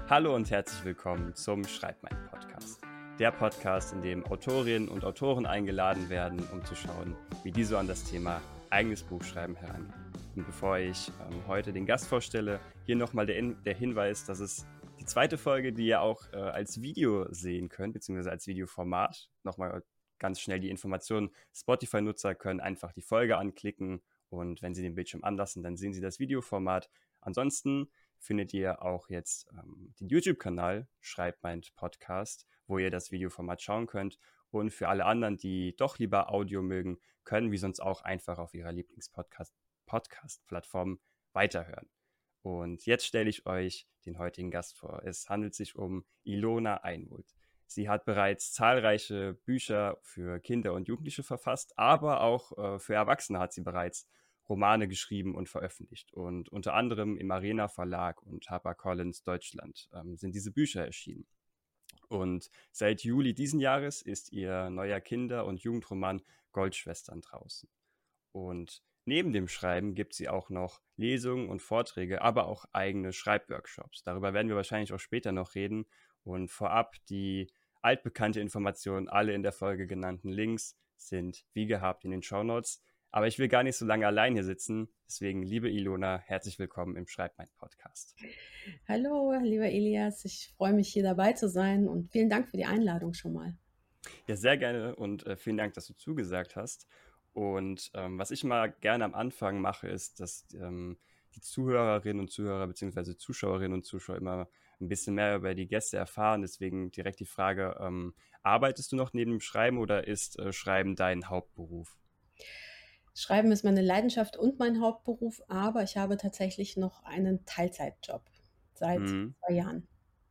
Hallo und herzlich willkommen zum Schreib mein Podcast. Der Podcast, in dem Autorinnen und Autoren eingeladen werden, um zu schauen, wie die so an das Thema eigenes Buchschreiben herangehen. Und bevor ich heute den Gast vorstelle, hier nochmal der Hinweis, dass es die zweite Folge, die ihr auch als Video sehen könnt, beziehungsweise als Videoformat. Nochmal ganz schnell die Informationen. Spotify-Nutzer können einfach die Folge anklicken und wenn sie den Bildschirm anlassen, dann sehen sie das Videoformat. Ansonsten findet ihr auch jetzt den YouTube-Kanal Schreibmeint Podcast, wo ihr das Videoformat schauen könnt. Und für alle anderen, die doch lieber Audio mögen, können wie sonst auch einfach auf ihrer Lieblings-Podcast-Plattform weiterhören. Und jetzt stelle ich euch den heutigen Gast vor. Es handelt sich um Ilona Einwult. Sie hat bereits zahlreiche Bücher für Kinder und Jugendliche verfasst, aber auch für Erwachsene hat sie bereits Romane geschrieben und veröffentlicht. Und unter anderem im Arena Verlag und HarperCollins Deutschland sind diese Bücher erschienen. Und seit Juli diesen Jahres ist ihr neuer Kinder- und Jugendroman Goldschwestern draußen. Und neben dem Schreiben gibt sie auch noch Lesungen und Vorträge, aber auch eigene Schreibworkshops. Darüber werden wir wahrscheinlich auch später noch reden. Und vorab die altbekannte Information, alle in der Folge genannten Links sind wie gehabt in den Shownotes. Aber ich will gar nicht so lange allein hier sitzen. Deswegen, liebe Ilona, herzlich willkommen im Schreib mein Podcast. Hallo, lieber Elias, ich freue mich hier dabei zu sein und vielen Dank für die Einladung schon mal. Ja, sehr gerne und vielen Dank, dass du zugesagt hast. Und was ich mal gerne am Anfang mache, ist, dass die Zuhörerinnen und Zuhörer bzw. Zuschauerinnen und Zuschauer immer ein bisschen mehr über die Gäste erfahren. Deswegen direkt die Frage, arbeitest du noch neben dem Schreiben oder ist Schreiben dein Hauptberuf? Schreiben ist meine Leidenschaft und mein Hauptberuf, aber ich habe tatsächlich noch einen Teilzeitjob seit Mhm. 2 Jahren.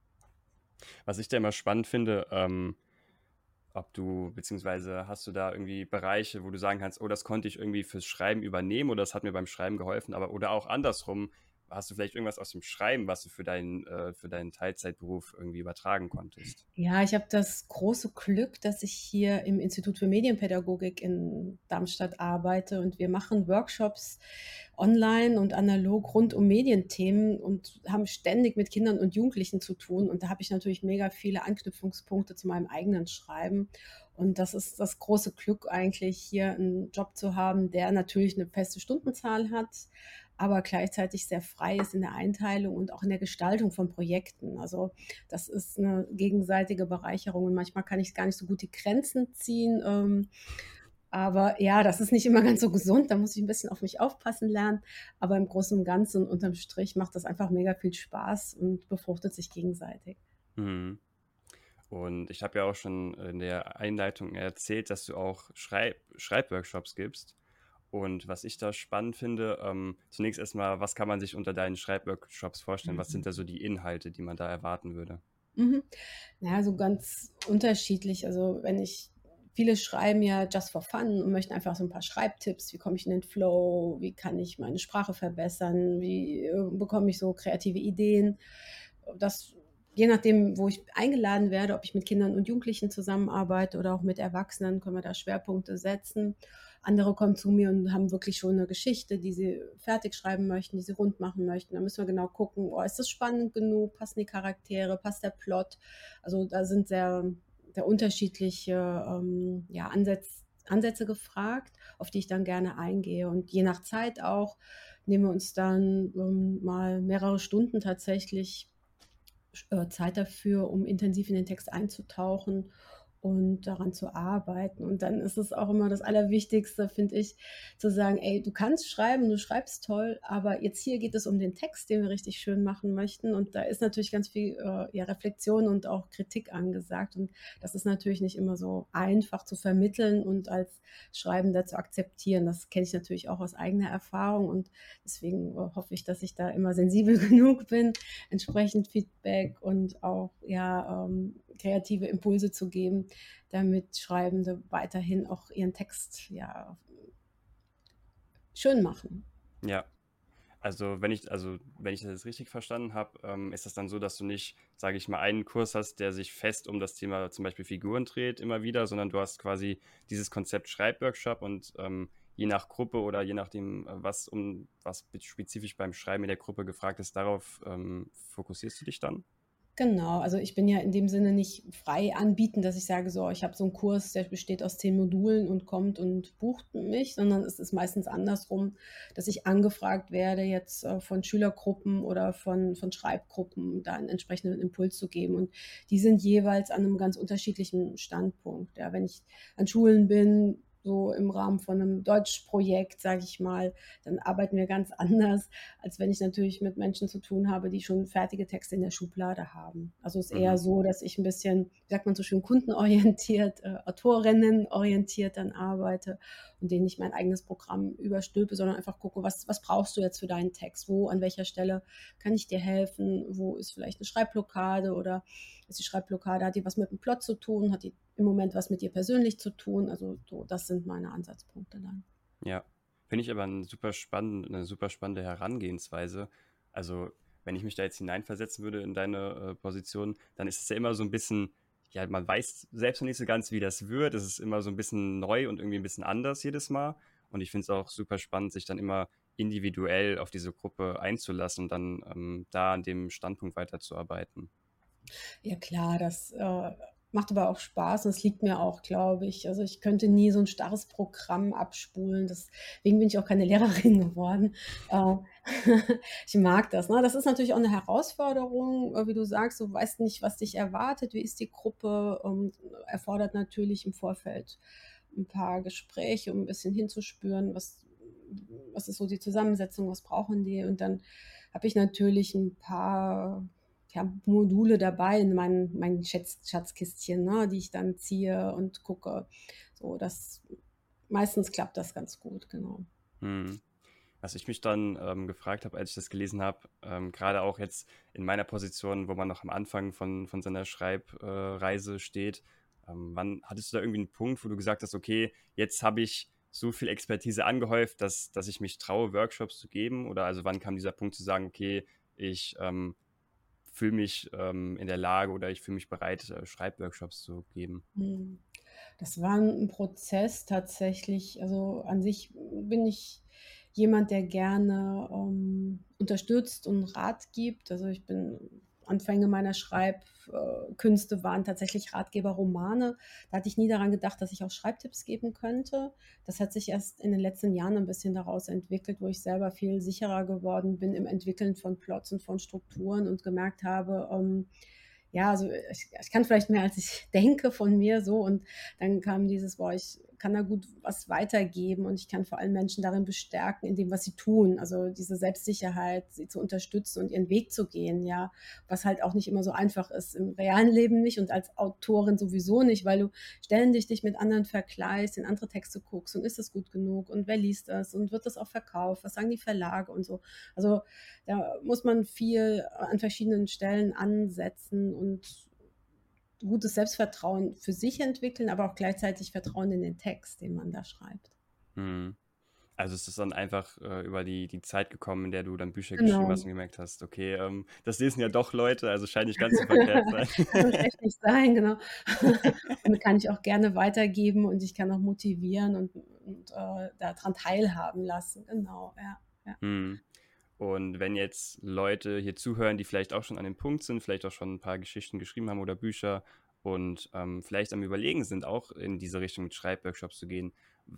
Was ich da immer spannend finde, ob du, beziehungsweise hast du da irgendwie Bereiche, wo du sagen kannst, oh, das konnte ich irgendwie fürs Schreiben übernehmen oder das hat mir beim Schreiben geholfen, aber oder auch andersrum, hast du vielleicht irgendwas aus dem Schreiben, was du für deinen Teilzeitberuf irgendwie übertragen konntest? Ja, ich habe das große Glück, dass ich hier im Institut für Medienpädagogik in Darmstadt arbeite und wir machen Workshops online und analog rund um Medienthemen und haben ständig mit Kindern und Jugendlichen zu tun. Und da habe ich natürlich mega viele Anknüpfungspunkte zu meinem eigenen Schreiben. Und das ist das große Glück eigentlich, hier einen Job zu haben, der natürlich eine feste Stundenzahl hat, aber gleichzeitig sehr frei ist in der Einteilung und auch in der Gestaltung von Projekten. Also das ist eine gegenseitige Bereicherung und manchmal kann ich gar nicht so gut die Grenzen ziehen. Aber ja, das ist nicht immer ganz so gesund. Da muss ich ein bisschen auf mich aufpassen lernen. Aber im Großen und Ganzen, unterm Strich, macht das einfach mega viel Spaß und befruchtet sich gegenseitig. Mhm. Und ich habe ja auch schon in der Einleitung erzählt, dass du auch Schreibworkshops gibst. Und was ich da spannend finde, zunächst erstmal, was kann man sich unter deinen Schreibworkshops vorstellen? Was sind da so die Inhalte, die man da erwarten würde? Mhm. Ja, so ganz unterschiedlich. Also wenn ich viele schreiben ja just for fun und möchten einfach so ein paar Schreibtipps. Wie komme ich in den Flow? Wie kann ich meine Sprache verbessern? Wie bekomme ich so kreative Ideen? Das, je nachdem, wo ich eingeladen werde, ob ich mit Kindern und Jugendlichen zusammenarbeite oder auch mit Erwachsenen, können wir da Schwerpunkte setzen. Andere kommen zu mir und haben wirklich schon eine Geschichte, die sie fertig schreiben möchten, die sie rund machen möchten. Da müssen wir genau gucken, oh, ist das spannend genug? Passen die Charaktere? Passt der Plot? Also da sind sehr unterschiedliche ja, Ansätze gefragt, auf die ich dann gerne eingehe. Und je nach Zeit auch nehmen wir uns dann mal mehrere Stunden tatsächlich Zeit dafür, um intensiv in den Text einzutauchen und daran zu arbeiten. Und dann ist es auch immer das Allerwichtigste, finde ich, zu sagen, ey, du kannst schreiben, du schreibst toll, aber jetzt hier geht es um den Text, den wir richtig schön machen möchten. Und da ist natürlich ganz viel ja, Reflexion und auch Kritik angesagt. Und das ist natürlich nicht immer so einfach zu vermitteln und als Schreibender zu akzeptieren. Das kenne ich natürlich auch aus eigener Erfahrung. Und deswegen hoffe ich, dass ich da immer sensibel genug bin, entsprechend Feedback und auch ja, kreative Impulse zu geben, damit Schreibende weiterhin auch ihren Text ja, schön machen. Ja, also wenn ich das jetzt richtig verstanden habe, ist das dann so, dass du nicht, sage ich mal, einen Kurs hast, der sich fest um das Thema zum Beispiel Figuren dreht immer wieder, sondern du hast quasi dieses Konzept Schreibworkshop und je nach Gruppe oder je nachdem, was spezifisch beim Schreiben in der Gruppe gefragt ist, darauf fokussierst du dich dann? Genau, also ich bin ja in dem Sinne nicht frei anbietend, dass ich sage: „So, ich habe so 'n Kurs, der besteht aus 10 Modulen und kommt und bucht mich“, sondern es ist meistens andersrum, dass ich angefragt werde jetzt, von Schülergruppen oder von Schreibgruppen, da 'n entsprechenden Impuls zu geben. Und die sind jeweils an 'nem ganz unterschiedlichen Standpunkt. Ja, wenn ich an Schulen bin, so im Rahmen von 'nem Deutschprojekt, sage ich mal, dann arbeiten wir ganz anders, als wenn ich natürlich mit Menschen zu tun habe, die schon fertige Texte in der Schublade haben. Also, es ist eher Mhm. so, dass ich 'n bisschen, wie sagt man so schön, kundenorientiert, autorinnenorientiert dann arbeite und denen nicht mein eigenes Programm überstülpe, sondern einfach gucke: „Was brauchst du jetzt für deinen Text? Wo an welcher Stelle kann ich dir helfen? Wo ist vielleicht 'ne Schreibblockade oder ist die Schreibblockade hat die was mit dem Plot zu tun? Hat die im Moment was mit dir persönlich zu tun?“ Also, so, das sind meine Ansatzpunkte dann. Ja, finde ich aber 'ne super spannende Herangehensweise. Also, wenn ich mich da jetzt hineinversetzen würde in deine, Position, dann ist es ja immer so ein bisschen ja, man weiß selbst noch nicht so ganz, wie das wird. Es ist immer so ein bisschen neu und irgendwie ein bisschen anders jedes Mal. Und ich finde es auch super spannend, sich dann immer individuell auf diese Gruppe einzulassen und dann, da an dem Standpunkt weiterzuarbeiten. Ja klar, das, macht aber auch Spaß und es liegt mir auch, glaube ich. Also, ich könnte nie so 'n starres Programm abspulen. Deswegen bin ich auch keine Lehrerin geworden. Äh, ich mag das, ne? Das ist natürlich auch 'ne Herausforderung, wie du sagst, du weißt nicht, was dich erwartet. Wie ist die Gruppe? Erfordert natürlich im Vorfeld 'n paar Gespräche, um 'n bisschen hinzuspüren, was ist so die Zusammensetzung, was brauchen die? Und dann habe ich natürlich 'n paar ja, Module dabei in mein Schatzkistchen, ne, die ich dann ziehe und gucke. So, das meistens klappt das ganz gut, genau. Mhm. Was ich mich dann, gefragt habe, als ich das gelesen habe, grade auch jetzt in meiner Position, wo man noch am Anfang von seiner Schreibreise Reise steht, wann hattest du da irgendwie einen Punkt, wo du gesagt hast: „Okay, jetzt habe ich so viel Expertise angehäuft, dass ich mich traue, Workshops zu geben?“ Oder also, wann kam dieser Punkt zu sagen: „Okay, ich, fühle mich, in der Lage oder ich fühle mich bereit, Schreibworkshops zu geben?“ Mhm. Das war 'n Prozess tatsächlich. Also, an sich bin ich jemand, der gerne, unterstützt und Rat gibt. Also, ich bin Anfänge meiner Künste waren tatsächlich Ratgeberromane. Da hatte ich nie daran gedacht, dass ich auch Schreibtipps geben könnte. Das hat sich erst in den letzten Jahren ein bisschen daraus entwickelt, wo ich selber viel sicherer geworden bin im Entwickeln von Plots und von Strukturen und gemerkt habe, ja, also ich kann vielleicht mehr, als ich denke von mir so und dann kam dieses: „Boah, ich kann da gut was weitergeben und ich kann vor allem Menschen darin bestärken in dem, was sie tun.“ Also, diese Selbstsicherheit, sie zu unterstützen und ihren Weg zu gehen, ja, was halt auch nicht immer so einfach ist, im realen Leben nicht und als Autorin sowieso nicht, weil du ständig dich mit anderen vergleichst, in andere Texte guckst und ist das gut genug und wer liest das und wird das auch verkauft? Was sagen die Verlage und so. Also, da muss man viel an verschiedenen Stellen ansetzen und gutes Selbstvertrauen für sich entwickeln, aber auch gleichzeitig Vertrauen in den Text, den man da schreibt. Mhm. Also, es ist dann einfach, über die Zeit gekommen, in der du dann Bücher geschrieben hast Genau. und gemerkt hast: „Okay, das lesen ja doch Leute, also scheint nicht ganz so verkehrt sein.“ Kann so schlecht nicht sein, genau. Und kann ich auch gerne weitergeben und ich kann auch motivieren und da dran teilhaben lassen. Genau, ja, ja. Mhm. Und wenn jetzt Leute hier zuhören, die vielleicht auch schon an dem Punkt sind, vielleicht auch schon ein paar Geschichten geschrieben haben oder Bücher und, vielleicht am Überlegen sind, auch in diese Richtung mit Schreibworkshops zu gehen,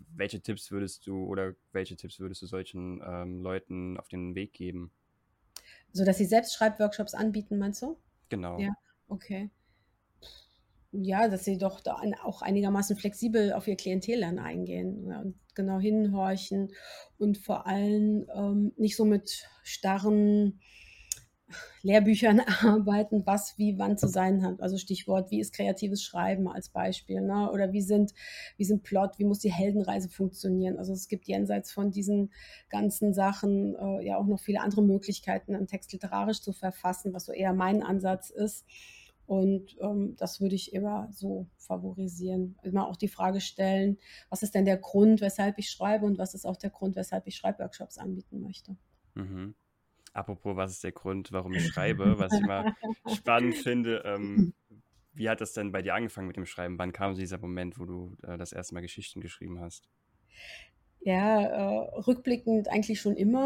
welche Tipps würdest du solchen, Leuten auf den Weg geben? Sodass Sie selbst Schreibworkshops anbieten, meinst du? Genau. Ja, okay. Ja, dass sie doch da auch einigermaßen flexibel auf ihr Klientel dann eingehen, ja, und genau hinhorchen und vor allem, nicht so mit starren Lehrbüchern arbeiten, was wie wann zu sein hat. Also, Stichwort, wie ist kreatives Schreiben als Beispiel, ne? Oder wie sind Plot, wie muss die Heldenreise funktionieren? Also, es gibt jenseits von diesen ganzen Sachen, ja auch noch viele andere Möglichkeiten, 'n Text literarisch zu verfassen, was so eher mein Ansatz ist. Und, das würde ich immer so favorisieren. Immer auch die Frage stellen: „Was ist denn der Grund, weshalb ich schreibe und was ist auch der Grund, weshalb ich Schreibworkshops anbieten möchte?“ Mhm. Apropos, was ist der Grund, warum ich schreibe? Was ich immer spannend finde, wie hat das denn bei dir angefangen mit dem Schreiben? Wann kam so dieser Moment, wo du, das erste Mal Geschichten geschrieben hast? Ja, rückblickend eigentlich schon immer.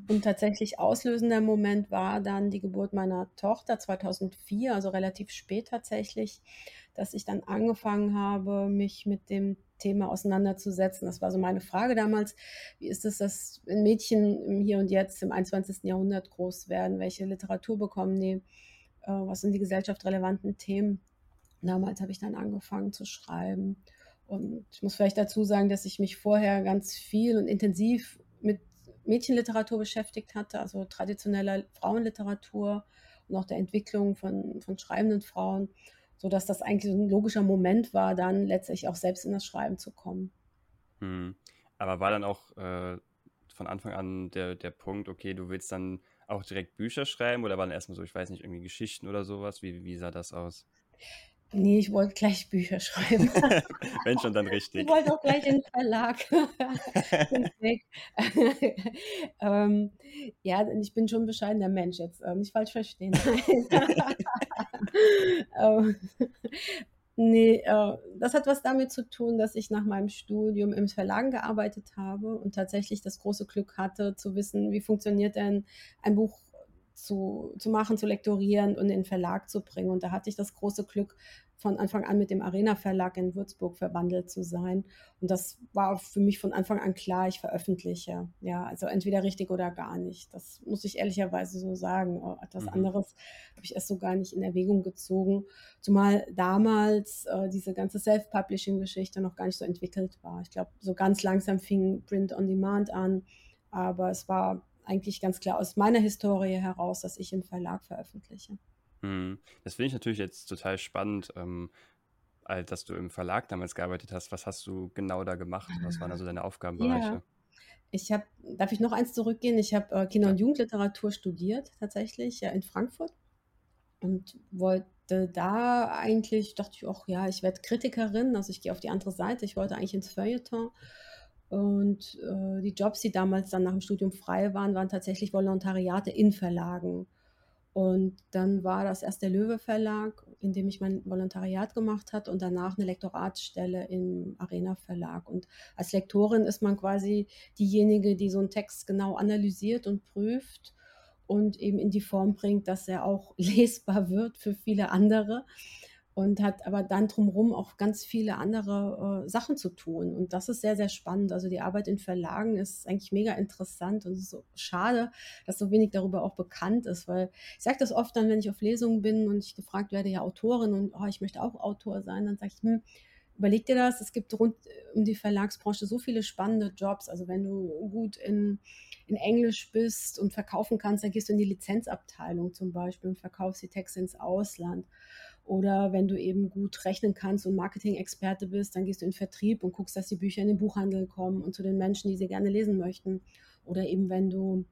Und tatsächlich auslösender Moment war dann die Geburt meiner Tochter 2004, also relativ spät tatsächlich, dass ich dann angefangen habe, mich mit dem Thema auseinanderzusetzen. Das war so meine Frage damals: Wie ist es, dass wenn Mädchen im Hier und Jetzt im 21. Jahrhundert groß werden? Welche Literatur bekommen die? Was sind die gesellschaftsrelevanten Themen? Damals habe ich dann angefangen zu schreiben. Und ich muss vielleicht dazu sagen, dass ich mich vorher ganz viel und intensiv mit Mädchenliteratur beschäftigt hatte, also traditioneller Frauenliteratur und auch der Entwicklung von schreibenden Frauen, sodass das eigentlich so ein logischer Moment war, dann letztlich auch selbst in das Schreiben zu kommen. Mhm. Aber war dann auch von Anfang an der Punkt, okay, du willst dann auch direkt Bücher schreiben oder waren erstmal so, ich weiß nicht, irgendwie Geschichten oder sowas? Wie sah das aus? Ne, ich wollte gleich Bücher schreiben. Wenn schon, dann Ich richtig. wollte auch gleich in 'n Verlag. Fünf weg. Ähm, ja, und ich bin schon 'n bescheidener Mensch jetzt, nicht falsch verstehen. Ähm, ne, das hat was damit zu tun, dass ich nach meinem Studium in Verlagen gearbeitet habe und tatsächlich das große Glück hatte, zu wissen, wie funktioniert denn ein Buch zu machen, zu lektorieren und in den Verlag zu bringen. Und da hatte ich das große Glück, von Anfang an mit dem Arena Verlag in Würzburg verwandelt zu sein. Und das war für mich von Anfang an klar, ich veröffentliche. Ja, also entweder richtig oder gar nicht. Das muss ich ehrlicherweise so sagen. Etwas Mhm. anderes habe ich erst so gar nicht in Erwägung gezogen, zumal damals diese ganze Self-Publishing-Geschichte noch gar nicht so entwickelt war. Ich glaube, so ganz langsam fing Print on Demand an, aber es war eigentlich ganz klar aus meiner Historie heraus, dass ich im Verlag veröffentliche. Mhm. Das finde ich natürlich jetzt total spannend, dass du im Verlag damals gearbeitet hast. Was hast du genau da gemacht? Was waren also deine Ja, Aufgabenbereiche? darf ich noch eins zurückgehen? Ich habe Kinder- Klar. und Jugendliteratur studiert, tatsächlich, ja, in Frankfurt und wollte da eigentlich, dachte ich auch, ja, ich werde Kritikerin, also ich gehe auf die andere Seite. Ich wollte eigentlich ins Feuilleton. Und die Jobs, die damals dann nach dem Studium frei waren, waren tatsächlich Volontariate in Verlagen. Und dann war das erst der Löwe Verlag, in dem ich mein Volontariat gemacht habe und danach eine Lektoratsstelle im Arena Verlag. Und als Lektorin ist man quasi diejenige, die so einen Text genau analysiert und prüft und eben in die Form bringt, dass er auch lesbar wird für viele andere und hat aber dann drumherum auch ganz viele andere Sachen zu tun. Und das ist sehr, sehr spannend. Also die Arbeit in Verlagen ist eigentlich mega interessant und es ist so schade, dass so wenig darüber auch bekannt ist, weil ich sage das oft dann, wenn ich auf Lesungen bin und ich gefragt werde, ja, Autorin und ich möchte auch Autor sein, dann sage ich, überleg dir das, es gibt rund um die Verlagsbranche so viele spannende Jobs. Also wenn du gut in Englisch bist und verkaufen kannst, dann gehst du in die Lizenzabteilung zum Beispiel und verkaufst die Texte ins Ausland. Oder wenn du eben gut rechnen kannst und Marketing-Experte bist, dann gehst du in den Vertrieb und guckst, dass die Bücher in den Buchhandel kommen und zu den Menschen, die sie gerne lesen möchten. Oder eben wenn du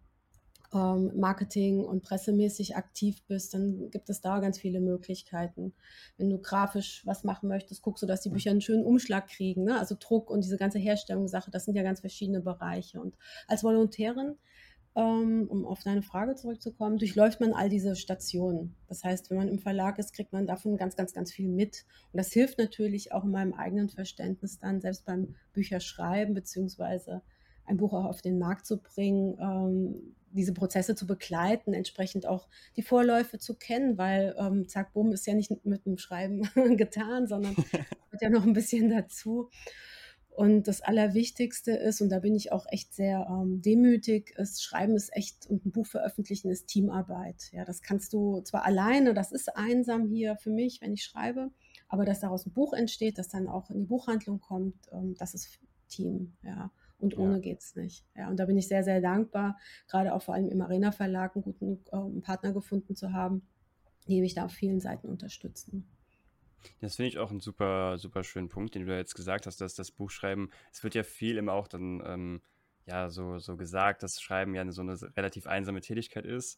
Marketing- und pressemäßig aktiv bist, dann gibt es da ganz viele Möglichkeiten. Wenn du grafisch was machen möchtest, guckst du, dass die Bücher einen schönen Umschlag kriegen. Ne? Also Druck und diese ganze Herstellungssache, das sind ja ganz verschiedene Bereiche. Und als Volontärin, um auf deine Frage zurückzukommen, durchläuft man all diese Stationen. Das heißt, wenn man im Verlag ist, kriegt man davon ganz, ganz, ganz viel mit. Und das hilft natürlich auch in meinem eigenen Verständnis dann, selbst beim Bücherschreiben beziehungsweise ein Buch auch auf den Markt zu bringen, diese Prozesse zu begleiten, entsprechend auch die Vorläufe zu kennen, weil zack, bumm, ist ja nicht mit dem Schreiben getan, sondern gehört ja noch ein bisschen dazu. Und das Allerwichtigste ist, und da bin ich auch echt sehr demütig, ist, Schreiben ist echt und ein Buch veröffentlichen ist Teamarbeit. Ja, das kannst du zwar alleine, das ist einsam hier für mich, wenn ich schreibe, aber dass daraus ein Buch entsteht, das dann auch in die Buchhandlung kommt, das ist Team, ja. Und Ja. ohne geht's nicht. Ja, und da bin ich sehr, sehr dankbar, gerade auch vor allem im Arena Verlag einen guten Partner gefunden zu haben, die mich da auf vielen Seiten unterstützen. Das finde ich auch einen super, super schönen Punkt, den du da jetzt gesagt hast, dass das Buchschreiben, es wird ja viel immer auch dann ja so gesagt, dass Schreiben ja so eine relativ einsame Tätigkeit ist,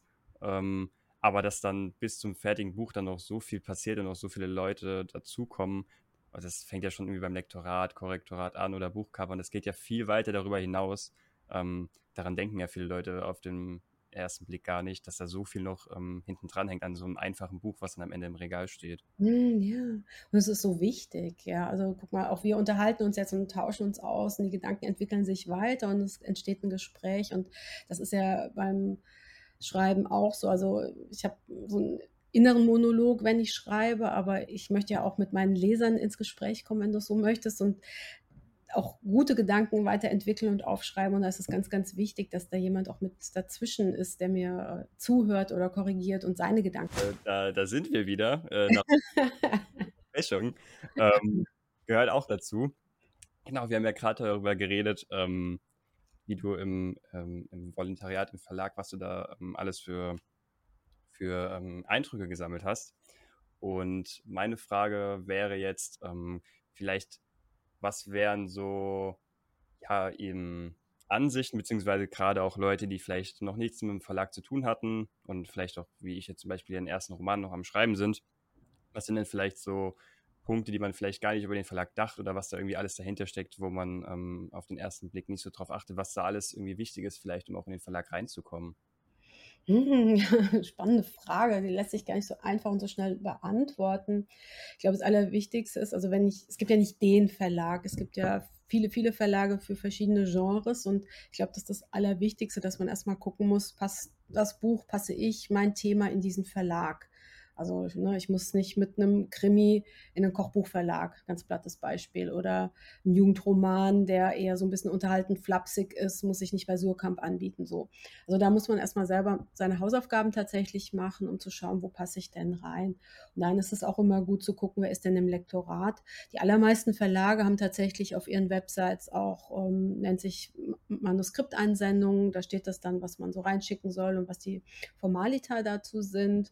aber dass dann bis zum fertigen Buch dann noch so viel passiert und auch so viele Leute dazukommen. Also das fängt ja schon irgendwie beim Lektorat, Korrektorat an oder Buchcover und das geht ja viel weiter darüber hinaus. Daran denken ja viele Leute auf dem ersten Blick gar nicht, dass da so viel noch hinten dran hängt an so einem einfachen Buch, was dann am Ende im Regal steht. Ja. Und es ist so wichtig, ja. Also, guck mal, auch wir unterhalten uns jetzt und tauschen uns aus und die Gedanken entwickeln sich weiter und es entsteht ein Gespräch und das ist ja beim Schreiben auch so. Also, ich habe so einen inneren Monolog, wenn ich schreibe, aber ich möchte ja auch mit meinen Lesern ins Gespräch kommen, wenn du es so möchtest und auch gute Gedanken weiterentwickeln und aufschreiben. Und da ist es ganz, ganz wichtig, dass da jemand auch mit dazwischen ist, der mir zuhört oder korrigiert und seine Gedanken. Da sind wir wieder, nach Besprechung. Ähm, Gehört auch dazu. Genau, wir haben ja gerade darüber geredet, wie du im Volontariat, im Verlag, was du da alles für Eindrücke gesammelt hast. Und meine Frage wäre jetzt vielleicht, was wären so ja, eben Ansichten, beziehungsweise gerade auch Leute, die vielleicht noch nichts mit dem Verlag zu tun hatten und vielleicht auch, wie ich jetzt zum Beispiel, den ersten Roman noch am Schreiben sind. Was sind denn vielleicht so Punkte, die man vielleicht gar nicht über den Verlag dachte oder was da irgendwie alles dahinter steckt, wo man auf den ersten Blick nicht so drauf achtet, was da alles irgendwie wichtig ist, vielleicht um auch in den Verlag reinzukommen? Spannende Frage, die lässt sich gar nicht so einfach und so schnell beantworten. Ich glaube, das Allerwichtigste ist, also es gibt ja nicht den Verlag, es gibt ja viele, viele Verlage für verschiedene Genres und ich glaube, das ist das Allerwichtigste, dass man erstmal gucken muss, passt das Buch, passe ich, mein Thema in diesen Verlag. Also, ne, ich muss nicht mit einem Krimi in einen Kochbuchverlag, ganz plattes Beispiel, oder ein Jugendroman, der eher so ein bisschen unterhaltend flapsig ist, muss ich nicht bei Surkamp anbieten, so. Also da muss man erstmal selber seine Hausaufgaben tatsächlich machen, um zu schauen, wo passe ich denn rein. Und dann ist es auch immer gut zu gucken, wer ist denn im Lektorat. Die allermeisten Verlage haben tatsächlich auf ihren Websites auch, nennt sich Manuskripteinsendungen, da steht das dann, was man so reinschicken soll und was die Formalita dazu sind.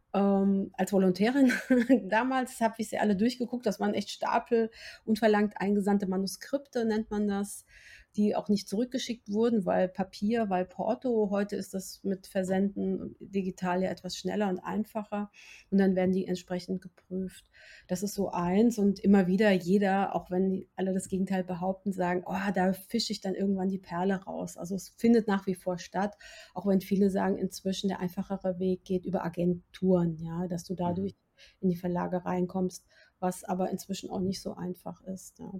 Als Volontärin damals habe ich sie alle durchgeguckt. Das waren echt Stapel unverlangt eingesandte Manuskripte, nennt man das, die auch nicht zurückgeschickt wurden, weil Papier, weil Porto. Heute ist das mit Versenden digital ja etwas schneller und einfacher. Und dann werden die entsprechend geprüft. Das ist so eins. Und immer wieder jeder, auch wenn die alle das Gegenteil behaupten, sagen, oh, da fische ich dann irgendwann die Perle raus. Also es findet nach wie vor statt, auch wenn viele sagen, inzwischen der einfachere Weg geht über Agenturen, ja, dass du Mhm. dadurch in die Verlage reinkommst, was aber inzwischen auch nicht so einfach ist. Ja.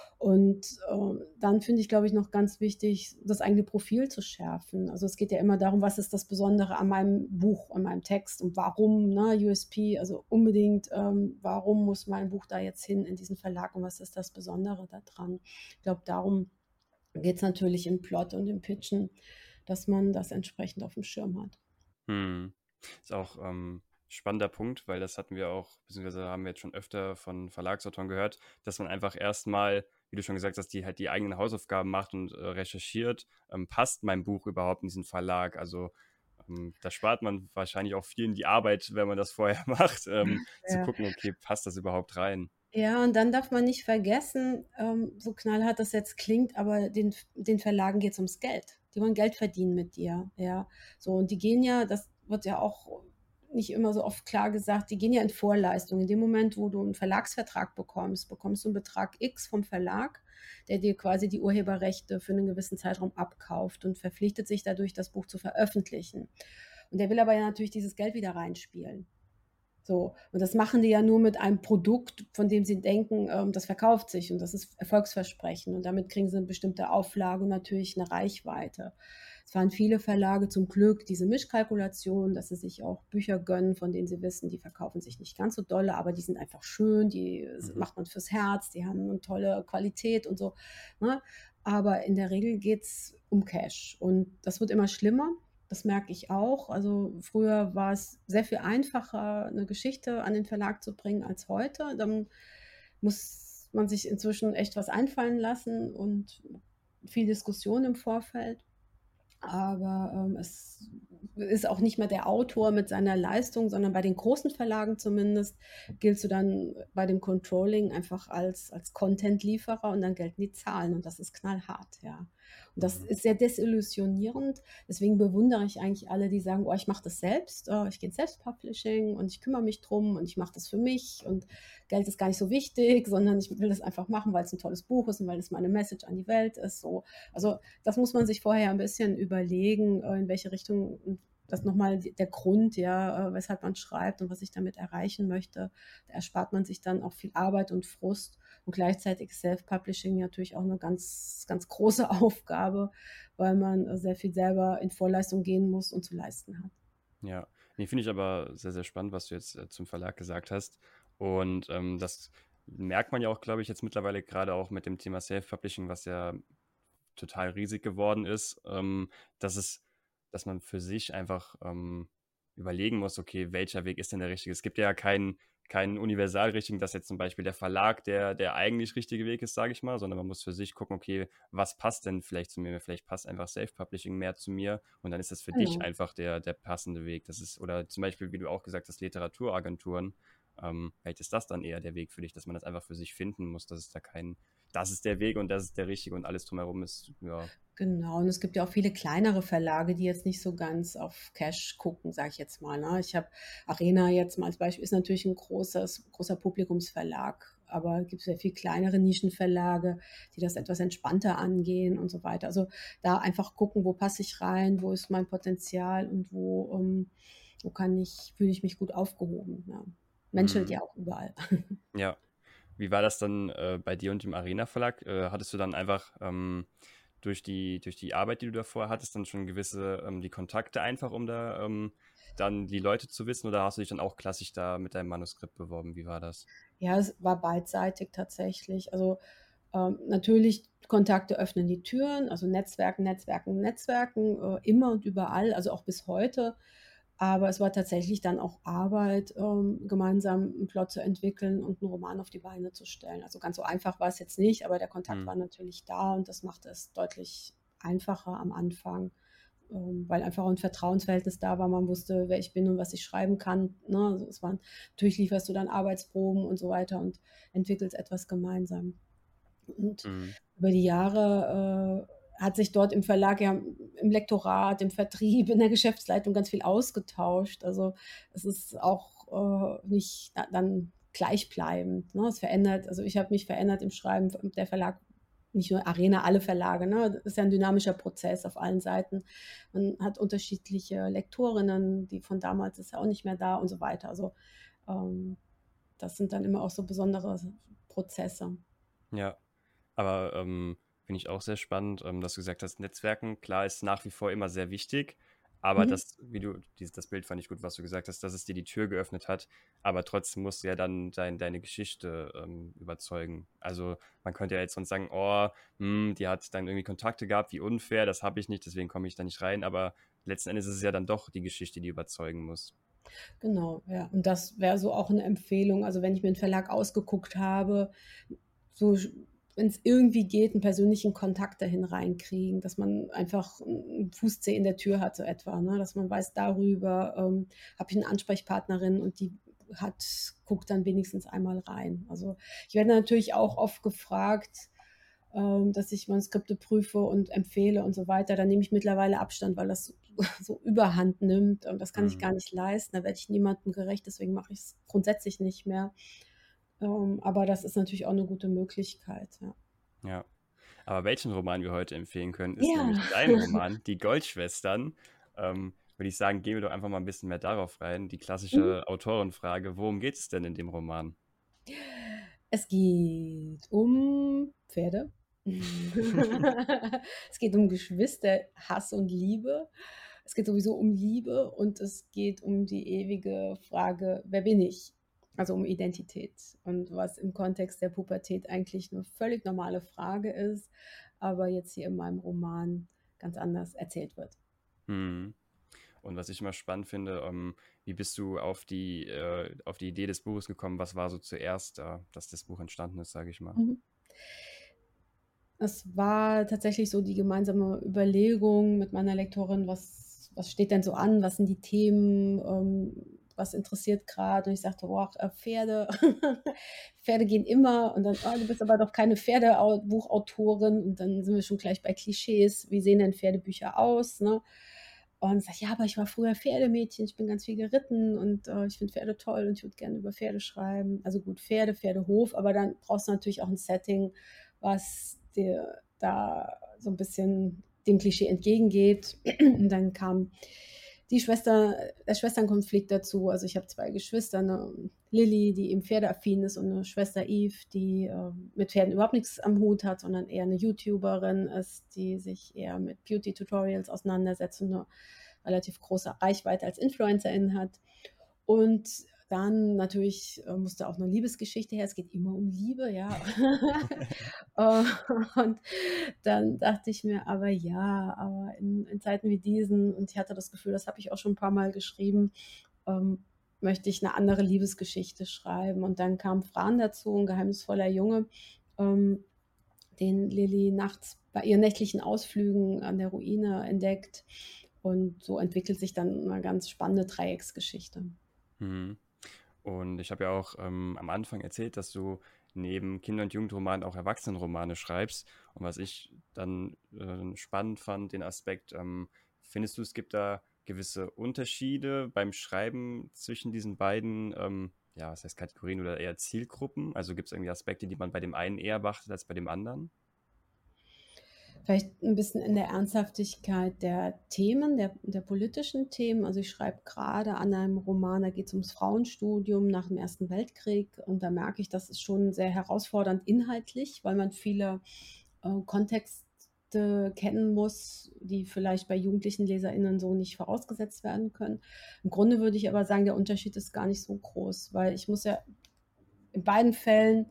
Und dann finde ich, glaube ich, noch ganz wichtig, das eigene Profil zu schärfen. Also es geht ja immer darum, was ist das Besondere an meinem Buch, an meinem Text und warum, ne, USP, also unbedingt, warum muss mein Buch da jetzt hin in diesen Verlag und was ist das Besondere daran? Ich glaube, darum geht es natürlich im Plot und im Pitchen, dass man das entsprechend auf dem Schirm hat. Hm. Ist auch spannender Punkt, weil das hatten wir auch, beziehungsweise haben wir jetzt schon öfter von Verlagsautoren gehört, dass man einfach erstmal, wie du schon gesagt hast, die halt die eigenen Hausaufgaben macht und recherchiert, passt mein Buch überhaupt in diesen Verlag? Also da spart man wahrscheinlich auch vielen die Arbeit, wenn man das vorher macht, zu Ja. gucken, okay, passt das überhaupt rein? Ja, und dann darf man nicht vergessen, so knallhart das jetzt klingt, aber den Verlagen geht's ums Geld. Die wollen Geld verdienen mit dir, ja. So, und die gehen ja, das wird ja auch nicht immer so oft klar gesagt, die gehen ja in Vorleistung. In dem Moment, wo du einen Verlagsvertrag bekommst, bekommst du einen Betrag X vom Verlag, der dir quasi die Urheberrechte für einen gewissen Zeitraum abkauft und verpflichtet sich dadurch, das Buch zu veröffentlichen. Und der will aber ja natürlich dieses Geld wieder reinspielen. So, und das machen die ja nur mit einem Produkt, von dem sie denken, das verkauft sich und das ist Erfolgsversprechen und damit kriegen sie eine bestimmte Auflage und natürlich eine Reichweite. Es fahren viele Verlage zum Glück diese Mischkalkulation, dass sie sich auch Bücher gönnen, von denen sie wissen, die verkaufen sich nicht ganz so dolle, aber die sind einfach schön, die Mhm. macht man fürs Herz, die haben eine tolle Qualität und so, ne? Aber in der Regel geht's um Cash und das wird immer schlimmer. Das merke ich auch. Also früher war es sehr viel einfacher, eine Geschichte an den Verlag zu bringen als heute. Dann muss man sich inzwischen echt was einfallen lassen und viel Diskussion im Vorfeld. Aber es ist auch nicht mehr der Autor mit seiner Leistung, sondern bei den großen Verlagen zumindest giltst du dann bei dem Controlling einfach als Content-Lieferer und dann gelten die Zahlen und das ist knallhart, ja. Und das Mhm. ist sehr desillusionierend. Deswegen bewundere ich eigentlich alle, die sagen, oh, ich mache das selbst, ich gehe ins Selbstpublishing und ich kümmere mich drum und ich mache das für mich und Geld ist gar nicht so wichtig, sondern ich will das einfach machen, weil es ein tolles Buch ist und weil es meine Message an die Welt ist, so. Also, das muss man sich vorher ein bisschen überlegen, in welche Richtung und das nochmal der Grund, ja, weshalb man schreibt und was ich damit erreichen möchte. Da erspart man sich dann auch viel Arbeit und Frust und gleichzeitig ist Self-Publishing natürlich auch eine ganz, ganz große Aufgabe, weil man sehr viel selber in Vorleistung gehen muss und zu leisten hat. Ja, ne, finde ich aber sehr, sehr spannend, was du jetzt, zum Verlag gesagt hast. Und, das merkt man ja auch, glaube ich, jetzt mittlerweile gerade auch mit dem Thema Self-Publishing, was ja total riesig geworden ist, dass es dass man für sich einfach, überlegen muss: „Okay, welcher Weg ist denn der richtige?“ Es gibt ja keinen universal richtigen, dass jetzt zum Beispiel der Verlag der eigentlich richtige Weg ist, sage ich mal, sondern man muss für sich gucken: „Okay, was passt denn vielleicht zu mir?“ Vielleicht passt einfach Self-Publishing mehr zu mir und dann ist das für dich Genau. einfach der passende Weg. Das ist oder zum Beispiel, wie du auch gesagt hast, Literaturagenturen, vielleicht ist das dann eher der Weg für dich, dass man das einfach für sich finden muss, dass es da keinen das ist der Weg und das ist der richtige und alles drumherum ist, ja. Genau, und es gibt ja auch viele kleinere Verlage, die jetzt nicht so ganz auf Cash gucken, sage ich jetzt mal, ne? Ich habe Arena jetzt mal als Beispiel, ist natürlich ein großer Publikumsverlag, aber es gibt sehr viel kleinere Nischenverlage, die das etwas entspannter angehen und so weiter. Also, da einfach gucken, wo passe ich rein, wo ist mein Potenzial und wo fühle ich mich gut aufgehoben, ja. Menschelt Mhm. ja auch überall. Ja. Wie war das dann, bei dir und dem Arena Verlag? Hattest du dann einfach, durch die Arbeit, die du davor hattest, dann schon gewisse, die Kontakte einfach, um da, dann die Leute zu wissen oder hast du dich dann auch klassisch da mit deinem Manuskript beworben? Wie war das? Ja, es war beidseitig tatsächlich. Also, natürlich Kontakte öffnen die Türen, also Netzwerken, Netzwerken, Netzwerken, immer und überall, also auch bis heute. Aber es war tatsächlich dann auch Arbeit, gemeinsam 'n Plot zu entwickeln und 'n Roman auf die Beine zu stellen. Also, ganz so einfach war es jetzt nicht, aber der Kontakt Mhm. war natürlich da und das machte es deutlich einfacher am Anfang, weil einfach 'n Vertrauensverhältnis da war. Man wusste, wer ich bin und was ich schreiben kann, ne? Also, es waren natürlich lieferst du dann Arbeitsproben und so weiter und entwickelst etwas gemeinsam. Und Mhm. über die Jahre, hat sich dort im Verlag ja im Lektorat, im Vertrieb, in der Geschäftsleitung ganz viel ausgetauscht. Also, es ist auch, nicht da dann gleichbleibend, ne? Es verändert also, ich habe mich verändert im Schreiben, der Verlag nicht nur Arena, alle Verlage, ne? Das ist ja 'n dynamischer Prozess auf allen Seiten. Man hat unterschiedliche Lektorinnen, die von damals ist ja auch nicht mehr da und so weiter. Also, ähm, das sind dann immer auch so besondere Prozesse. Ja. Aber, finde ich auch sehr spannend, dass du gesagt hast, Netzwerken, klar, ist nach wie vor immer sehr wichtig, aber Mhm. das Bild fand ich gut, was du gesagt hast, dass es dir die Tür geöffnet hat, aber trotzdem musst du ja dann deine Geschichte, überzeugen. Also, man könnte ja jetzt sonst sagen: „Oh, die hat dann irgendwie Kontakte gehabt, wie unfair, das habe ich nicht, deswegen komme ich da nicht rein.“ Aber letzten Endes ist es ja dann doch die Geschichte, die überzeugen muss. Genau, ja. Und das wäre so auch 'ne Empfehlung. Also, wenn ich mir 'n Verlag ausgeguckt habe, so wenn's irgendwie geht, 'n persönlichen Kontakt dahin reinkriegen, dass man einfach 'n Fußzeh in der Tür hat, so etwa, ne? Dass man weiß, darüber, habe ich 'ne Ansprechpartnerin und die guckt dann wenigstens einmal rein. Also, ich werde natürlich auch oft gefragt, dass ich Manuskripte prüfe und empfehle und so weiter. Da nehme ich mittlerweile Abstand, weil das so Überhand nimmt und das kann ich Mhm. gar nicht leisten. Da werde ich niemandem gerecht, deswegen mache ich's grundsätzlich nicht mehr. Aber das ist natürlich auch 'ne gute Möglichkeit, ja. Ja. Aber welchen Roman wir heute empfehlen können, ist nämlich Ja. dein Roman, Die Goldschwestern. Würde ich sagen, gehen wir doch einfach mal ein bisschen mehr darauf rein. Die Mhm. klassische Autorenfrage: Worum geht es denn in dem Roman? Es geht um Pferde. Es geht um Geschwister, Hass und Liebe. Es geht sowieso um Liebe und es geht um die ewige Frage: „Wer bin ich?“ Also, um Identität und was im Kontext der Pubertät eigentlich 'ne völlig normale Frage ist, aber jetzt hier in meinem Roman ganz anders erzählt wird. Mhm. Und was ich immer spannend finde, wie bist du auf die Idee des Buches gekommen? Was war so zuerst da, dass das Buch entstanden ist, sage ich mal? Mhm. Es war tatsächlich so die gemeinsame Überlegung mit meiner Lektorin, was steht denn so an? Was sind die Themen? Was interessiert grad? Und ich sagte: „Boah, Pferde. Pferde gehen immer.“ Und dann: „Oh, du bist aber doch keine Pferdebuchautorin.“ Und dann sind wir schon gleich bei Klischees. Wie sehen denn Pferdebücher aus, ne? und sagt: „Ja, aber ich war früher Pferdemädchen, ich bin ganz viel geritten und, ich finde Pferde toll und ich würde gerne über Pferde schreiben.“ Also gut, Pferde, Pferdehof, aber dann brauchst du natürlich auch 'n Setting, was dir da so 'n bisschen dem Klischee entgegengeht. Und dann kam der Schwesternkonflikt dazu. Also, ich habe 2 Geschwister, 'ne Lilly, die eben pferdeaffin ist, und 'ne Schwester Eve, die, mit Pferden überhaupt nix am Hut hat, sondern eher 'ne YouTuberin ist, die sich eher mit Beauty-Tutorials auseinandersetzt und 'ne relativ große Reichweite als Influencerin hat. Und dann natürlich, musste auch 'ne Liebesgeschichte her. Es geht immer um Liebe, ja. Äh, und dann dachte ich mir aber: „Ja, aber in Zeiten wie diesen“, und ich hatte das Gefühl, das habe ich auch schon 'n paarmal geschrieben, ähm, möchte ich 'ne andere Liebesgeschichte schreiben. Und dann kam Fran dazu, 'n geheimnisvoller Junge, ähm, den Lilly nachts bei ihren nächtlichen Ausflügen an der Ruine entdeckt. Und so entwickelt sich dann 'ne ganz spannende Dreiecksgeschichte. Mhm. Und ich habe ja auch am Anfang erzählt, dass du neben Kinder- und Jugendromanen auch Erwachsenenromane schreibst. Und was ich dann spannend fand, den Aspekt, findest du, es gibt da gewisse Unterschiede beim Schreiben zwischen diesen beiden, ja, was heißt Kategorien oder eher Zielgruppen? Also gibt es irgendwie Aspekte, die man bei dem einen eher beachtet als bei dem anderen? Vielleicht 'n bisschen in der Ernsthaftigkeit der Themen, der politischen Themen. Also, ich schreibe grade an einem Roman, da geht's ums Frauenstudium nach dem Ersten Weltkrieg, und da merke ich, das ist schon sehr herausfordernd inhaltlich, weil man viele, Kontexte kennen muss, die vielleicht bei jugendlichen LeserInnen so nicht vorausgesetzt werden können. Im Grunde würde ich aber sagen, der Unterschied ist gar nicht so groß, weil ich muss ja in beiden Fällen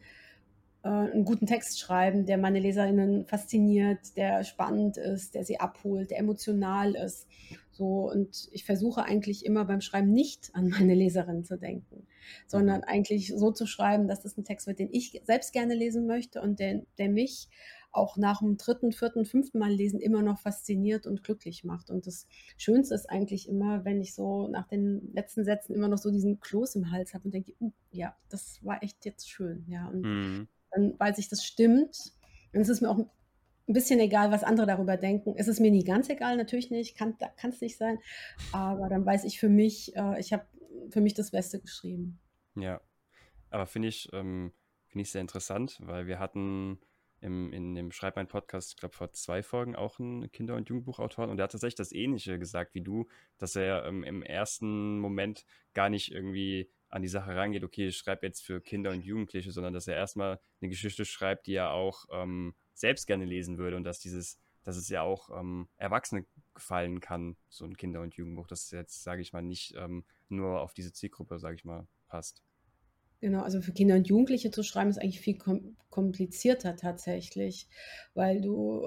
'n guten Text schreiben, der meine LeserInnen fasziniert, der spannend ist, der sie abholt, der emotional ist. So, und ich versuche eigentlich immer beim Schreiben nicht an meine Leserinnen zu denken, Mhm. sondern eigentlich so zu schreiben, dass das 'n Text wird, den ich selbst gerne lesen möchte und der mich auch nach dem dritten, vierten, fünften Mal lesen immer noch fasziniert und glücklich macht. Und das Schönste ist eigentlich immer, wenn ich so nach den letzten Sätzen immer noch so diesen Kloß im Hals habe und denke: ja, das war echt jetzt schön“, ja. Und Mhm. dann weiß ich, das stimmt. Und es ist mir auch 'n bisschen egal, was andere darüber denken. Es ist mir nie ganz egal, natürlich nicht, kann's nicht sein, aber dann weiß ich für mich, ich habe für mich das Beste geschrieben. Ja. Aber finde ich sehr interessant, weil wir hatten in dem Schreib mein Podcast, ich glaube, vor 2 Folgen auch einen Kinder- und Jugendbuchautoren, und der hat tatsächlich das Ähnliche gesagt wie du, dass er im ersten Moment gar nicht irgendwie an die Sache rangeht, okay, ich schreibe jetzt für Kinder und Jugendliche, sondern dass er erstmal eine Geschichte schreibt, die er auch selbst gerne lesen würde, und dass es ja auch Erwachsene gefallen kann, so ein Kinder- und Jugendbuch, das jetzt, sage ich mal, nicht nur auf diese Zielgruppe, sage ich mal, passt. Genau, also für Kinder und Jugendliche zu schreiben, ist eigentlich viel komplizierter tatsächlich, weil du,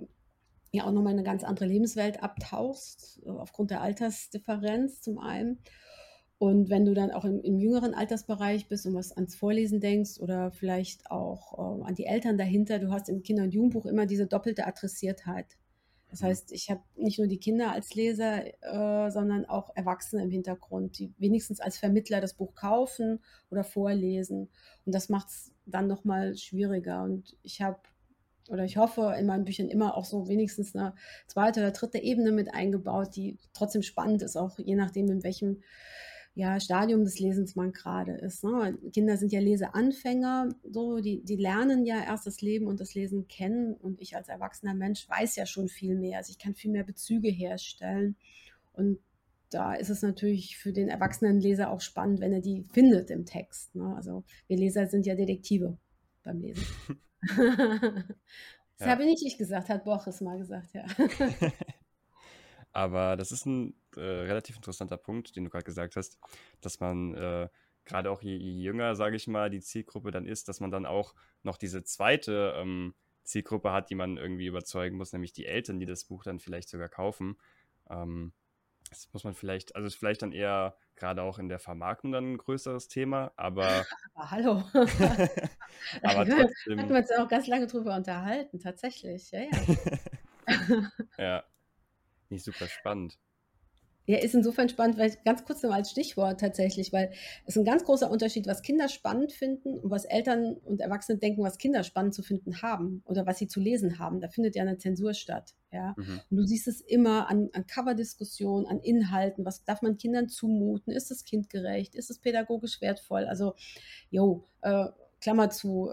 ja auch noch mal in 'ne ganz andere Lebenswelt abtauchst, aufgrund der Altersdifferenz zum einen. Und wenn du dann auch im jüngeren Altersbereich bist und was ans Vorlesen denkst oder vielleicht auch, an die Eltern dahinter, du hast im Kinder- und Jugendbuch immer diese doppelte Adressiertheit. Das Mhm. heißt, ich habe nicht nur die Kinder als Leser, sondern auch Erwachsene im Hintergrund, die wenigstens als Vermittler das Buch kaufen oder vorlesen. Und das macht's dann noch mal schwieriger. Und ich habe oder ich hoffe, in meinen Büchern immer auch so wenigstens 'ne zweite oder dritte Ebene mit eingebaut, die trotzdem spannend ist, auch je nachdem, in welchem, ja, Stadium des Lesens man grade ist, ne? Kinder sind ja Leseanfänger, so, die lernen ja erst das Leben und das Lesen kennen, und ich als erwachsener Mensch weiß ja schon viel mehr. Also, ich kann viel mehr Bezüge herstellen, und da ist es natürlich für den erwachsenen Leser auch spannend, wenn er die findet im Text, ne? Also, wir Leser sind ja Detektive beim Lesen. Das Ja. habe nicht ich gesagt, hat Borges mal gesagt, ja. Aber das ist ein relativ interessanter Punkt, den du gerade gesagt hast, dass man grade auch je jünger, sage ich mal, die Zielgruppe dann ist, dass man dann auch noch diese zweite Zielgruppe hat, die man irgendwie überzeugen muss, nämlich die Eltern, die das Buch dann vielleicht sogar kaufen. Ähm, Das muss man vielleicht, also ist vielleicht dann eher gerade auch in der Vermarktung dann ein größeres Thema, aber Aber hallo. aber Hatten wir trotzdem uns ja auch ganz lange drüber unterhalten, tatsächlich, ja, ja. ja, nicht super spannend. Ja, ist insofern spannend, weil ganz kurz noch als Stichwort tatsächlich, weil es 'n ganz großer Unterschied, was Kinder spannend finden und was Eltern und Erwachsene denken, was Kinder spannend zu finden haben oder was sie zu lesen haben. Da findet ja 'ne Zensur statt, ja? Mhm. Und du siehst es immer an Coverdiskussionen, an Inhalten. Was darf man Kindern zumuten? Ist es kindgerecht? Ist es pädagogisch wertvoll? Also, jo, Klammer zu.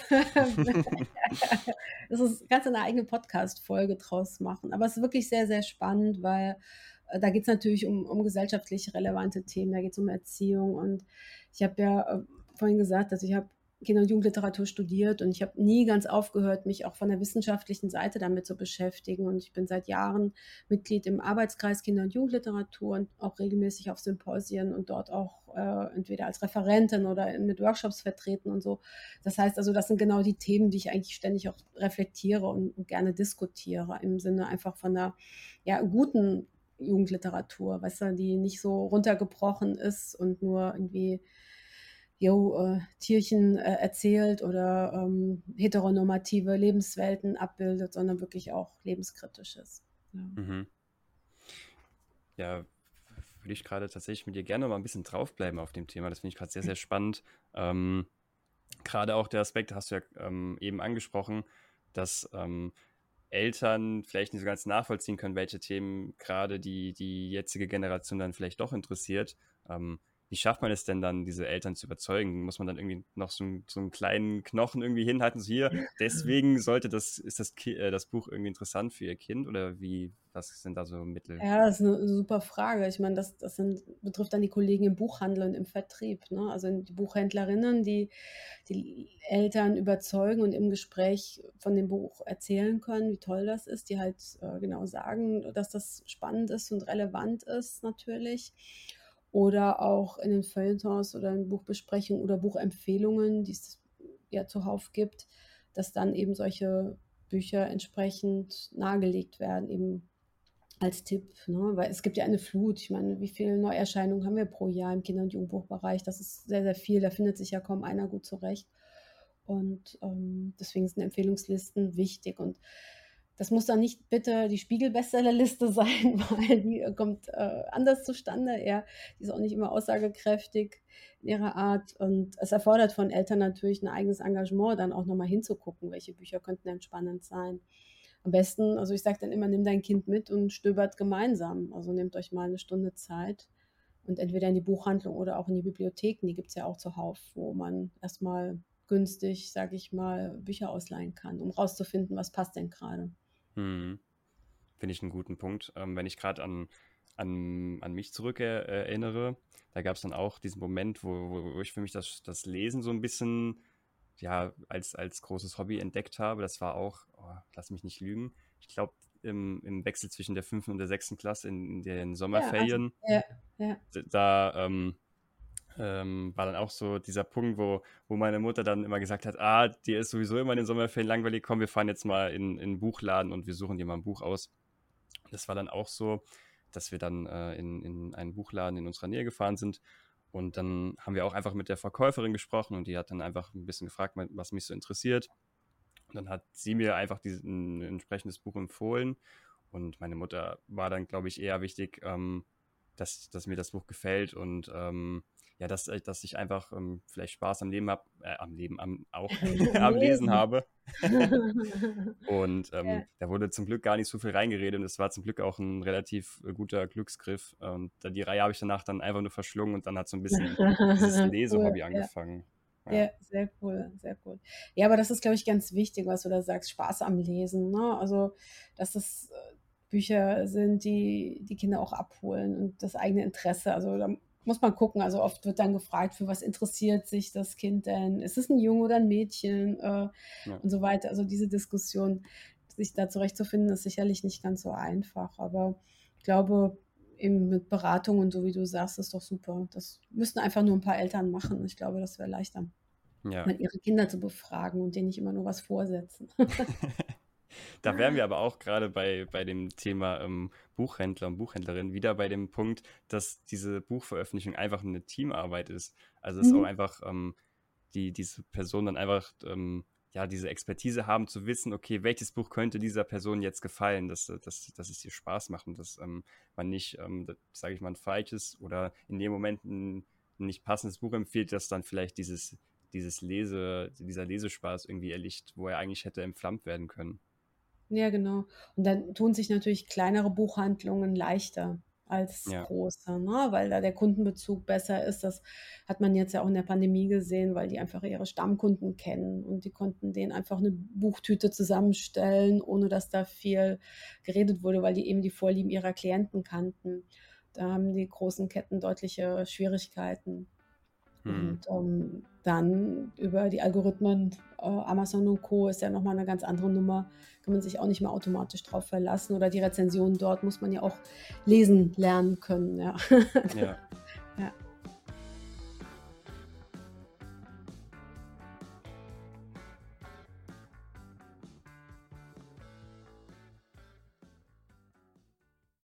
Das ist kannst du 'ne eigene Podcast-Folge draus machen. Aber es ist wirklich sehr, sehr spannend, weil, da geht's natürlich um gesellschaftlich relevante Themen. Da geht's um Erziehung und ich habe ja, vorhin gesagt, also, ich habe Kinder und Jugendliteratur studiert und ich habe nie ganz aufgehört, mich auch von der wissenschaftlichen Seite damit zu beschäftigen und ich bin seit Jahren Mitglied im Arbeitskreis Kinder und Jugendliteratur und auch regelmäßig auf Symposien und dort auch, entweder als Referentin oder mit Workshops vertreten und so. Das heißt also, das sind genau die Themen, die ich eigentlich ständig auch reflektiere und gerne diskutiere im Sinne einfach von 'ner, ja, guten Jugendliteratur, weißt du, die nicht so runtergebrochen ist und nur irgendwie, Tierchen, erzählt oder, heteronormative Lebenswelten abbildet, sondern wirklich auch lebenskritisch ist. Ja. Mhm. Ja, würde ich gerade tatsächlich mit dir gerne mal ein bisschen draufbleiben auf dem Thema. Das finde ich gerade sehr, sehr spannend. Ähm, Gerade auch der Aspekt, hast du ja eben angesprochen, dass Eltern vielleicht nicht so ganz nachvollziehen können, welche Themen gerade die jetzige Generation dann vielleicht doch interessiert. Wie schafft man es denn dann, diese Eltern zu überzeugen? Muss man dann irgendwie noch so einen kleinen Knochen irgendwie hinhalten, so hier, deswegen ist das Buch irgendwie interessant für ihr Kind oder was sind da so Mittel? Ja, das ist 'ne super Frage. Ich meine, das betrifft dann die Kollegen im Buchhandel und im Vertrieb, ne? Also, die Buchhändlerinnen, die die Eltern überzeugen und im Gespräch von dem Buch erzählen können, wie toll das ist, die halt, genau sagen, dass das spannend ist und relevant ist natürlich. Oder auch in den Feuilletons oder in Buchbesprechungen oder Buchempfehlungen, die es ja zuhauf gibt, dass dann eben solche Bücher entsprechend nahegelegt werden, eben als Tipp, ne? Weil es gibt ja eine Flut. Ich meine, wie viele Neuerscheinungen haben wir pro Jahr im Kinder- und Jugendbuchbereich? Das ist sehr, sehr viel. Da findet sich ja kaum einer gut zurecht. Und, deswegen sind Empfehlungslisten wichtig. Und das muss dann nicht bitte die Spiegel-Bestsellerliste sein, weil die, kommt, anders zustande, ja. Die ist auch nicht immer aussagekräftig in ihrer Art. Und es erfordert von Eltern natürlich ein eigenes Engagement, dann auch noch mal hinzugucken, welche Bücher könnten denn spannend sein. Am besten, also, ich sage dann immer: „Nimm dein Kind mit und stöbert gemeinsam.“ Also, nehmt euch mal 'ne Stunde Zeit und entweder in die Buchhandlung oder auch in die Bibliotheken, die gibt's ja auch zuhauf, wo man erst mal günstig, sage ich mal, Bücher ausleihen kann, um rauszufinden, was passt denn grade. Mhm. Finde ich einen guten Punkt. Wenn ich gerade an mich zurück erinnere, da gab es dann auch diesen Moment, wo ich für mich das Lesen so ein bisschen, ja, als großes Hobby entdeckt habe. Das war auch, lass mich nicht lügen, ich glaube, im Wechsel zwischen der 5. und der 6. Klasse in den Ja, also Sommerferien. ja, ja. Da war dann auch so dieser Punkt, wo meine Mutter dann immer gesagt hat, dir ist sowieso immer in den Sommerferien langweilig, komm, wir fahren jetzt mal in 'n Buchladen und wir suchen dir mal ein Buch aus. Das war dann auch so, dass wir dann in einen Buchladen in unserer Nähe gefahren sind. Und dann haben wir auch einfach mit der Verkäuferin gesprochen und die hat dann einfach ein bisschen gefragt, was mich so interessiert. Und dann hat sie mir einfach ein entsprechendes Buch empfohlen. Und meine Mutter war dann, glaube ich, eher wichtig, dass mir das Buch gefällt und ja, dass ich einfach vielleicht Spaß am Leben habe, am Leben, auch Am am Lesen Lesen. habe. Und Ja. da wurde zum Glück gar nicht so viel reingeredet und es war zum Glück auch ein relativ guter Glücksgriff. Und die Reihe habe ich danach dann einfach nur verschlungen und dann hat so ein bisschen dieses Cool, Lesehobby ja. angefangen. Ja. Ja, sehr cool, sehr cool. Ja, aber das ist, glaube ich, ganz wichtig, was du da sagst, Spaß am Lesen, ne? Also, dass es, Bücher sind, die die Kinder auch abholen und das eigene Interesse. Also, da muss man gucken. Also, oft wird dann gefragt: „Für was interessiert sich das Kind denn? Ist es 'n Junge oder 'n Mädchen?“ Ja. Und so weiter. Also, diese Diskussion, sich da zurechtzufinden, ist sicherlich nicht ganz so einfach. Aber ich glaube, eben mit Beratung und so, wie du sagst, ist doch super. Das müssten einfach nur 'n paar Eltern machen. Ich glaube, das wäre leichter. Ja. Mal ihre Kinder zu befragen und denen nicht immer nur was vorsetzen. Da wären wir aber auch gerade bei dem Thema Buchhändler und Buchhändlerin wieder bei dem Punkt, dass diese Buchveröffentlichung einfach eine Teamarbeit ist. Also es ist auch Mhm. einfach diese Person dann einfach ja, diese Expertise haben zu wissen, okay, welches Buch könnte dieser Person jetzt gefallen, dass es ihr Spaß macht und dass man nicht, sage ich mal, ein falsches oder in dem Moment ein nicht passendes Buch empfiehlt, das dann vielleicht dieser Lesespaß irgendwie erlischt, wo er eigentlich hätte entflammt werden können. Ja, genau. Und dann tun sich natürlich kleinere Buchhandlungen leichter als Ja, große, ne, weil da der Kundenbezug besser ist. Das hat man jetzt ja auch in der Pandemie gesehen, weil die einfach ihre Stammkunden kennen und die konnten denen einfach eine Buchtüte zusammenstellen, ohne dass da viel geredet wurde, weil die eben die Vorlieben ihrer Klienten kannten. Da haben die großen Ketten deutliche Schwierigkeiten. hm. Und dann über die Algorithmen, Amazon und Co. ist ja nochmal eine ganz andere Nummer. Kann man sich auch nicht mehr automatisch drauf verlassen. Oder die Rezensionen dort muss man ja auch lesen lernen können. Ja. Ja.